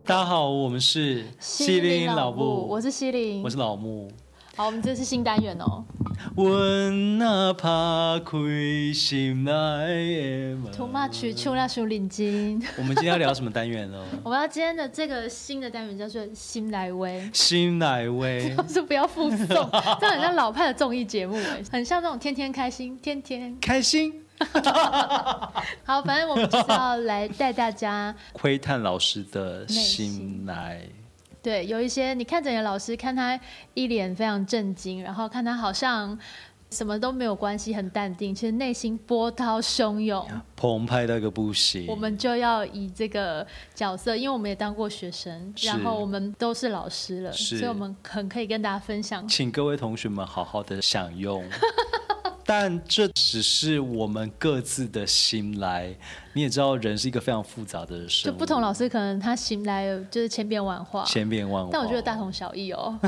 大家好，我们是西林老布， 我是西林， 我是老木。 好，我们这是新单元哦。 阮若打开心内的门 Too much， 唱那首领巾。 我们今天要聊什么单元呢？ 我们要今天的这个新的单元叫做心来威。 心来威是不要附送，这很像老派的综艺节目哎，很像那种天天开心，天天开心。 好，反正我们就是要来带大家窥探老师的心来。 对，有一些你看着你的老师，看他一脸非常震惊，然后看他好像什么都没有关系，很淡定，其实内心波涛汹涌， 澎湃到一个不行。 我们就要以这个角色，因为我们也当过学生，然后我们都是老师了，所以我们很可以跟大家分享， 请各位同学们好好的享用。但这只是我们各自的心来，你也知道，人是一个非常复杂的生物。 就不同老师可能他心来就是千变万化， 千变万化， 但我觉得大同小异哦。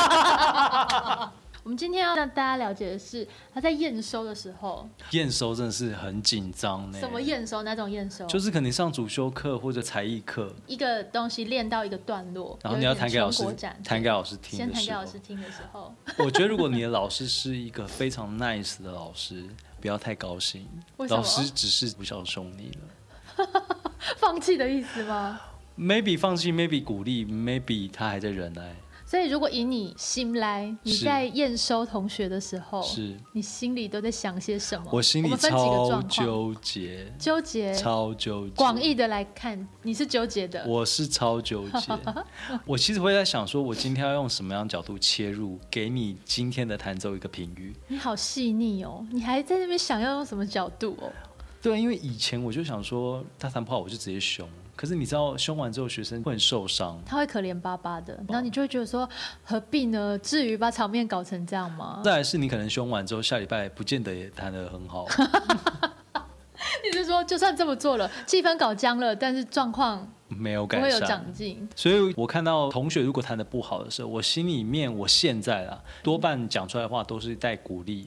我们今天要让大家了解的是，他在验收的时候， 验收真的是很紧张呢。 什么验收？哪种验收？ 就是可能上主修课或者才艺课， 一个东西练到一个段落， 然后你要弹给老师，弹给老师听的时候， 先弹给老师听的时候， 我觉得如果你的老师是一个非常 nice 的老师，不要太高兴，老师只是不想凶你了。 放弃的意思吗 ？Maybe 放弃 ，maybe 鼓励 ，maybe 他还在忍耐。 所以，如果以你心来，你在验收同学的时候， 是你心里都在想些什么？ 我心里超纠结，超纠结。 广义的来看，你是纠结的， 我是超纠结。我其实会在想，说我今天要用什么样的角度切入，给你今天的弹奏一个评语。 你好细腻哦，你还在那边想要用什么角度哦？ 对，因为以前我就想说，他弹不好我就直接凶。可是你知道，凶完之后学生会很受伤， 他会可怜巴巴的，然后你就会觉得说，何必呢？至于把场面搞成这样吗？ 再来是你可能凶完之后，下礼拜不见得也弹得很好。 你是说，就算这么做了，气氛搞僵了，但是状况没有改善， 不会有长进。 所以我看到同学如果弹得不好的时候，我心里面我现在啦，多半讲出来的话都是带鼓励。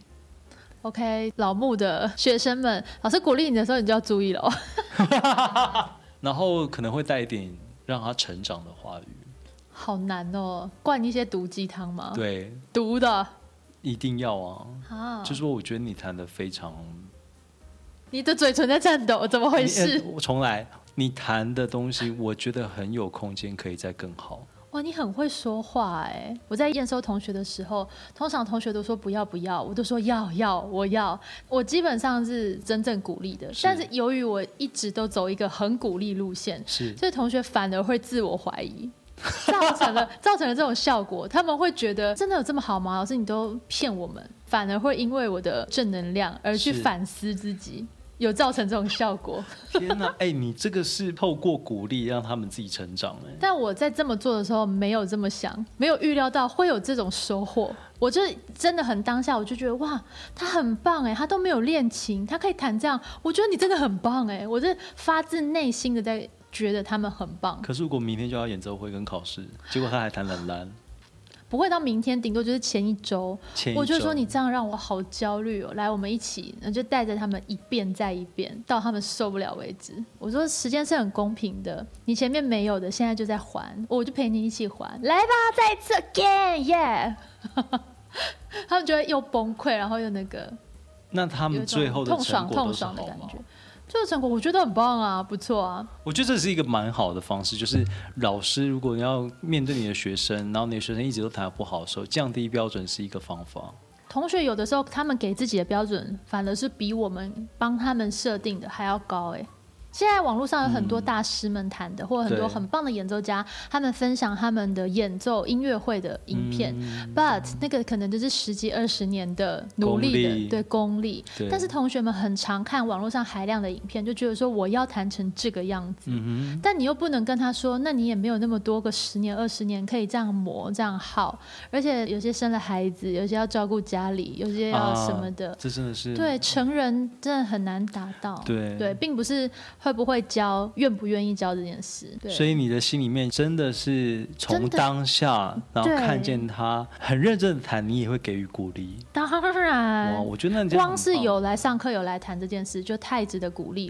OK， 老木的学生们，老师鼓励你的时候，你就要注意了哦。 然后可能会带一点让他成长的话语。 好难哦，灌一些毒鸡汤吗？ 对， 毒的一定要啊！就说我觉得你弹得非常， 你的嘴唇在颤抖，怎么回事？ 我重来，你弹的东西，我觉得很有空间可以再更好。 哇，你很会说话哎！我在验收同学的时候，通常同学都说不要不要，我都说要，我要。我基本上是真正鼓励的，但是由于我一直都走一个很鼓励路线，所以同学反而会自我怀疑，造成了这种效果。他们会觉得真的有这么好吗？老师你都骗我们，反而会因为我的正能量而去反思自己。有造成这种效果。 天哪，你这个是透过鼓励让他们自己成长但我在这么做的时候没有这么想，没有预料到会有这种收获。我就真的很当下，我就觉得哇，他很棒他都没有练琴，他可以弹这样，我觉得你真的很棒我是发自内心的在觉得他们很棒。 可是如果明天就要演奏会跟考试，结果他还弹很烂。 不会到明天，顶多就是前一周。我就说你这样让我好焦虑哦。来，我们一起，就带着他们一遍再一遍，到他们受不了为止。我说时间是很公平的，你前面没有的，现在就在还，我就陪你一起还。来吧，再一次 again， 他们就会又崩溃，然后又那个。 那他们最后的成果都是好吗？ 痛爽的感觉。这个成果我觉得很棒啊，不错啊。 我觉得这是一个蛮好的方式，就是老师如果你要面对你的学生，然后你的学生一直都弹得不好的时候，降低标准是一个方法。 同学有的时候他们给自己的标准反而是比我们帮他们设定的还要高现在网络上有很多大师们弹的，或者很多很棒的演奏家，他们分享他们的演奏音乐会的影片，but 那个可能就是10几20年的努力的功力。但是同学们很常看网络上海量的影片，就觉得说我要弹成这个样子，但你又不能跟他说，那你也没有那么多个10年20年可以这样磨这样耗，而且有些生了孩子，有些要照顾家里，有些要什么的， 这真的是对成人真的很难达到。对，并不是会不会教，愿不愿意教这件事。 所以你的心里面真的是从当下，然后看见他很认真的弹，你也会给予鼓励。 当然， 哇，我觉得那光是有来上课有来弹这件事就太值得鼓励了。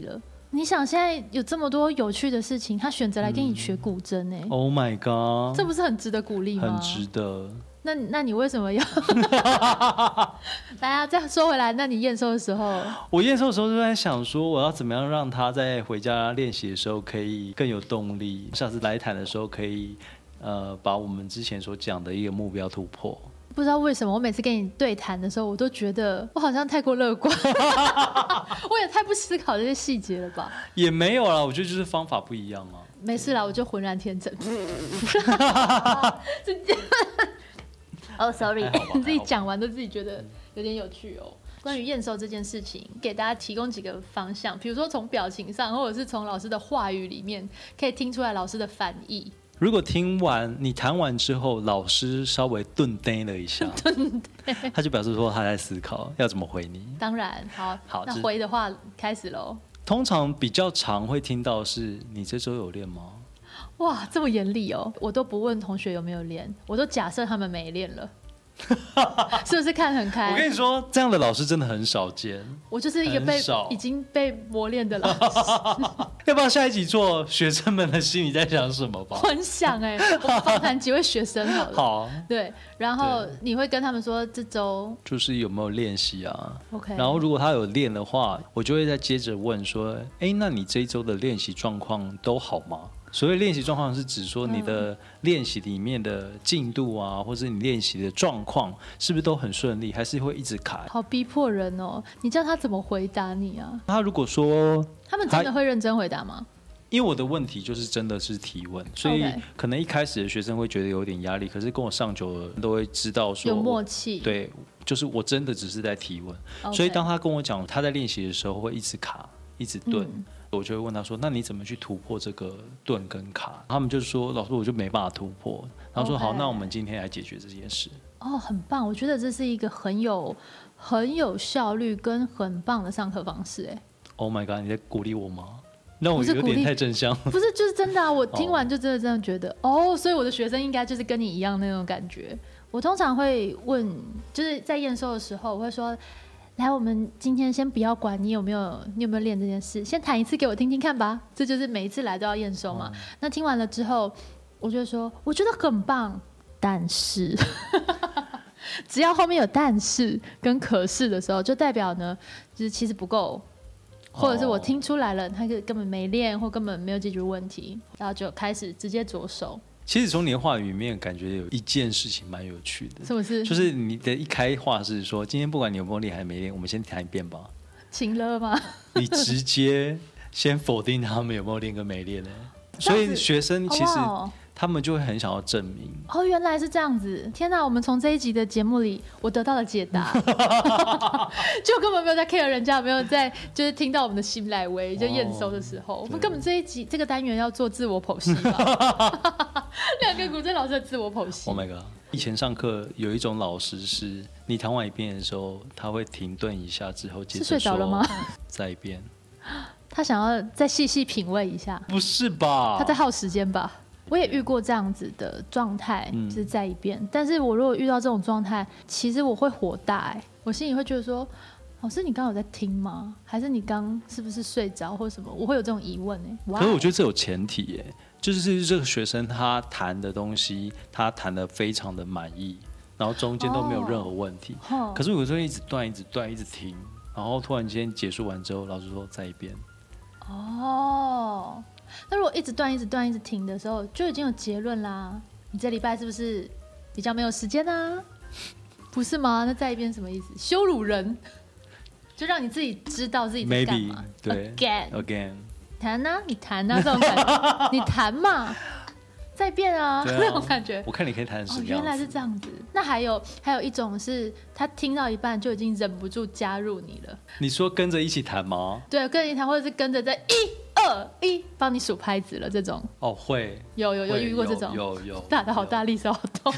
你想现在有这么多有趣的事情，他选择来跟你学古筝 Oh my god， 这不是很值得鼓励吗？ 很值得。 那你为什么要来啊？再说回来，那你验收的时候， 我验收的时候就在想说，我要怎么样让他在回家练习的时候可以更有动力，下次来谈的时候可以把我们之前所讲的一个目标突破。 不知道为什么，我每次跟你对谈的时候，我都觉得我好像太过乐观，我也太不思考这些细节了吧？ 也没有啦，我觉得就是方法不一样啊。 没事啦，我就浑然天真。sorry， 你自己讲完都自己觉得有点有趣哦。关于验收这件事情，给大家提供几个方向，比如说从表情上，或者是从老师的话语里面，可以听出来老师的反意。如果听完你谈完之后，老师稍微顿呆了一下，他就表示说他在思考要怎么回你。 当然，好，那回的话开始喽。 通常比较常会听到是你这周有练吗？ 哇，这么严厉哦！我都不问同学有没有练，我都假设他们没练了。是不是看很开？ 我跟你说，这样的老师真的很少见。 我就是一个已经被磨练的老师。 要不要下一集做学生们的心里在想什么吧？ 我很想我访谈几位学生好了。 好， 对，然后你会跟他们说这周就是有没有练习啊 ？OK。 然后如果他有练的话，我就会再接着问说，那你这一周的练习状况都好吗？所谓练习状况是指说你的练习里面的进度啊，或者你练习的状况是不是都很顺利，还是会一直卡？ 好逼迫人哦！你叫他怎么回答你啊？ 他如果说他们真的会认真回答吗？ 因为我的问题就是真的是提问，所以可能一开始的学生会觉得有点压力，可是跟我上久了都会知道说有默契。 对，就是我真的只是在提问，所以当他跟我讲他在练习的时候会一直卡，一直顿。我就会问他说：“那你怎么去突破这个顿跟卡？”他们就说：“老师，我就没办法突破。”然后说：“好，那我们今天来解决这件事。” 哦，很棒！我觉得这是一个很有效率跟很棒的上课方式。 Oh my god！ 你在鼓励我吗？让我有点太正向。 不是，就是真的啊！我听完就真的这样觉得。所以我的学生应该就是跟你一样那种感觉。我通常会问，就是在验收的时候，我会说。来，我们今天先不要管你有没有练这件事，先谈一次给我听听看吧。这就是每一次来都要验收嘛。那听完了之后，我就说我觉得很棒，但是只要后面有但是跟可是的时候，就代表呢，就是其实不够，或者是我听出来了，他根本没练或根本没有解决问题，然后就开始直接着手。 其实从你的话语里面感觉有一件事情蛮有趣的， 什么事？ 就是你的一开话是说，今天不管你有没有练还没练，我们先谈一遍吧。 情勒吗？ 你直接先否定他们有没有练跟没练呢？所以学生其实他们就会很想要证明。 原来是这样子！天哪，我们从这一集的节目里，我得到了解答，就根本没有在 care 人家有没有在，就是听到我们的心来威，就验收的时候，我们根本这一集这个单元要做自我剖析吧。两个古筝老师的自我剖析。 Oh my god！ 以前上课有一种老师是，你弹完一遍的时候，他会停顿一下之后接着说。 是睡着了吗？ 再一遍。 他想要再细细品味一下。 不是吧？ 他在耗时间吧？我也遇过这样子的状态，就是再一遍。但是我如果遇到这种状态，其实我会火大我心里会觉得说，老师你刚刚有在听吗？还是你刚是不是睡着或什么？我会有这种疑问可是我觉得这有前提就是这个学生他弹的东西，他弹得非常的满意，然后中间都没有任何问题。可是有时候一直断，一直断，一直停，然后突然间结束完之后，老师说再一遍。 那如果一直断、一直断、一直停的时候，就已经有结论啦。你这礼拜是不是比较没有时间啊？不是吗？那再一遍什么意思？羞辱人，就让你自己知道自己在干嘛。 对 ，again， 弹啊，你弹啊，这种感觉，你弹嘛，再变啊，那种感觉。 我看你可以弹什么样子。 原来是这样子。那还有一种是，他听到一半就已经忍不住加入你了。 你说跟着一起弹吗？ 对，跟着一起弹，或者是跟着在1、2、1帮你数拍子了这种。 会。 有遇过这种。 有。 打得好大力，手好痛。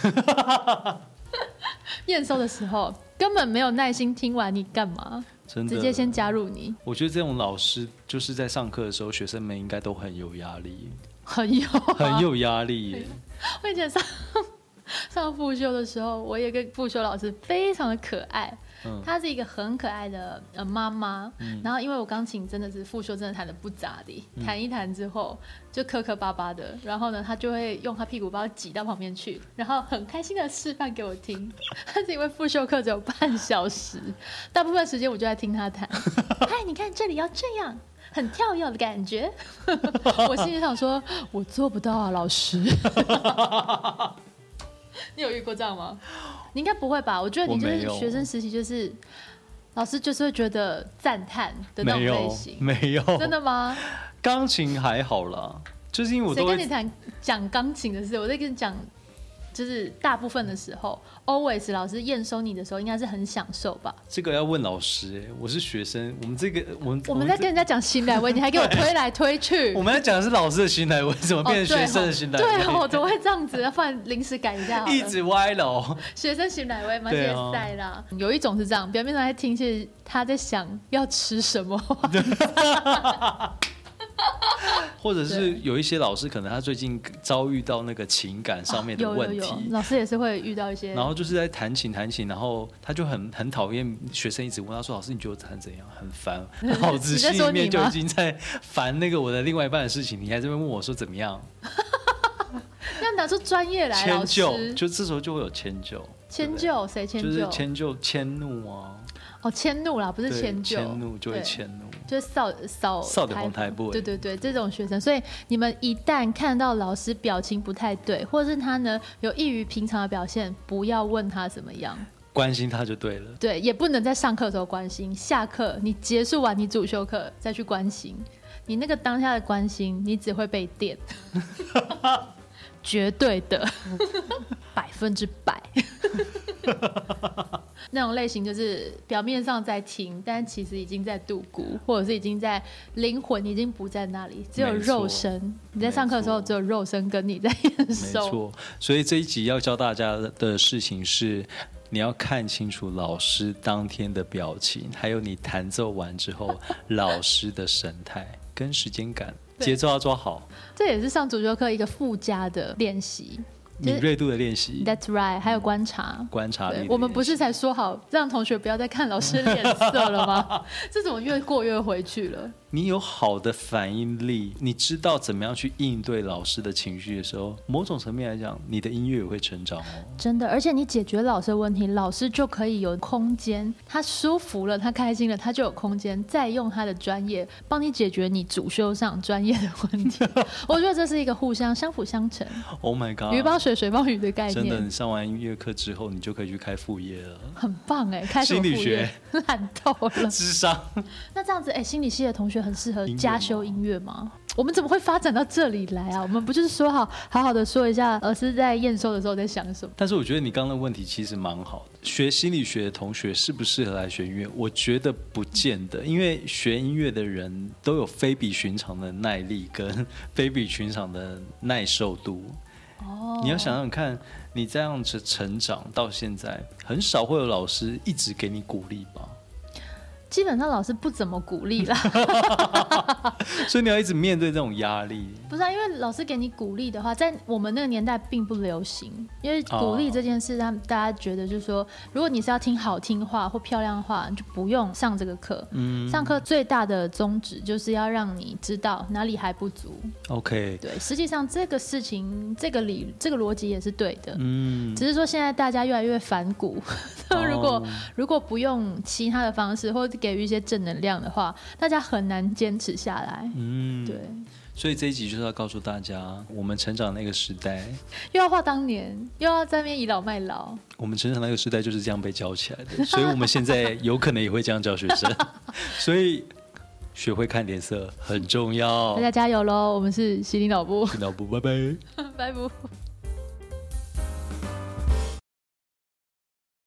验收的时候根本没有耐心听完你干嘛，真的直接先加入你。 我觉得这种老师就是在上课的时候，学生们应该都很有压力。 很有压力耶。 我以前上复修的时候，我有一个复修老师非常的可爱， 她是一个很可爱的妈妈。然后因为我钢琴真的是副修真的弹得不咋地，弹一弹之后就磕磕巴巴的，然后呢她就会用她屁股把我挤到旁边去，然后很开心的示范给我听。但是因为副修课只有半小时，大部分时间我就在听她弹。嗨，你看这里要这样。很跳跃的感觉，我心里想说，我做不到啊，老师。你有遇过这样吗？你应该不会吧？我觉得你就是学生时期，就是老师就是会觉得赞叹的那种类型。 没有， 真的吗？ 钢琴还好啦，就是因为我谁跟你讲钢琴的事？我在跟你讲。就是大部分的时候 always 老师验收你的时候应该是很享受吧。 这个要问老师我是学生，我们在跟人家讲新来威，你还给我推来推去。 我们在讲的是老师的新来威，怎么变成学生的新来威？ 对哦，怎么会这样子？不然临时改一下好了。 一直歪楼。 学生新来威蛮现在啦。有一种是这样，表面上在听，其实他在想要吃什么。 或者是有一些老师可能他最近遭遇到那个情感上面的问题， 有老师也是会遇到一些， 然后就是在弹琴，然后他就很讨厌学生一直问他说：“老师，你觉得我弹怎样？很烦。”脑子心里面就已经在烦那个我的另外一半的事情，你还在问我说怎么样？ 要拿出专业来， 迁就，就这时候就会有迁就。 迁就谁迁就？ 就是迁就迁怒啊。 哦，迁怒啦，不是迁就。 迁怒就会迁怒。 就是扫的红台步， 对，这种学生，所以你们一旦看到老师表情不太对，或者是他呢有异于平常的表现，不要问他怎么样， 关心他就对了。 对，也不能在上课的时候关心，下课你结束完你主修课再去关心，你那个当下的关心，你只会被电，绝对的100%。那种类型就是表面上在听，但其实已经在度孤，或者是已经在灵魂已经不在那里，只有肉身。你在上课的时候，只有肉身跟你在验收。 没错，所以这一集要教大家的事情是，你要看清楚老师当天的表情，还有你弹奏完之后老师的神态跟时间感，节奏要抓好。这也是上主修课一个附加的练习。 敏锐度的练习 ，That's right， 还有观察力。 我们不是才说好让同学不要再看老师脸色了吗？这怎么越过越回去了？ 你有好的反应力，你知道怎么样去应对老师的情绪的时候，某种层面来讲，你的音乐也会成长哦。 真的，而且你解决老师的问题，老师就可以有空间，他舒服了，他开心了，他就有空间再用他的专业帮你解决你主修上专业的问题。我觉得这是一个互相相辅相成。 Oh my god！ 鱼帮水，水帮鱼的概念。 真的，你上完音乐课之后，你就可以去开副业了。 很棒哎，开什么副业？心理学烂透了。 智商。那这样子，心理系的同学很适合加修音乐吗？我们怎么会发展到这里来啊？我们不就是说好好的说一下，而是在验收的时候在想什么？ 但是我觉得你刚刚的问题其实蛮好的。学心理学的同学适不适合来学音乐？我觉得不见得，因为学音乐的人都有非比寻常的耐力跟非比寻常的耐受度。你要想想看，你这样子成长到现在，很少会有老师一直给你鼓励吧？ 基本上老师不怎么鼓励啦。 所以你要一直面对这种压力。 不是啊，因为老师给你鼓励的话，在我们那个年代并不流行。因为鼓励这件事让大家觉得就是说，如果你是要听好听话或漂亮话，你就不用上这个课。上课最大的宗旨就是要让你知道哪里还不足。 OK。 对，实际上这个事情，这个逻辑也是对的。只是说现在大家越来越反骨。如果不用其他的方式或者给予一些正能量的话，大家很难坚持下来。对。 所以这一集就是要告诉大家，我们成长那个时代， 又要画当年，又要在那边倚老卖老。 我们成长那个时代就是这样被教起来的，所以我们现在有可能也会这样教学生。所以学会看脸色很重要。 大家加油喽！我们是西林老布， 西林老布，拜拜， 拜拜。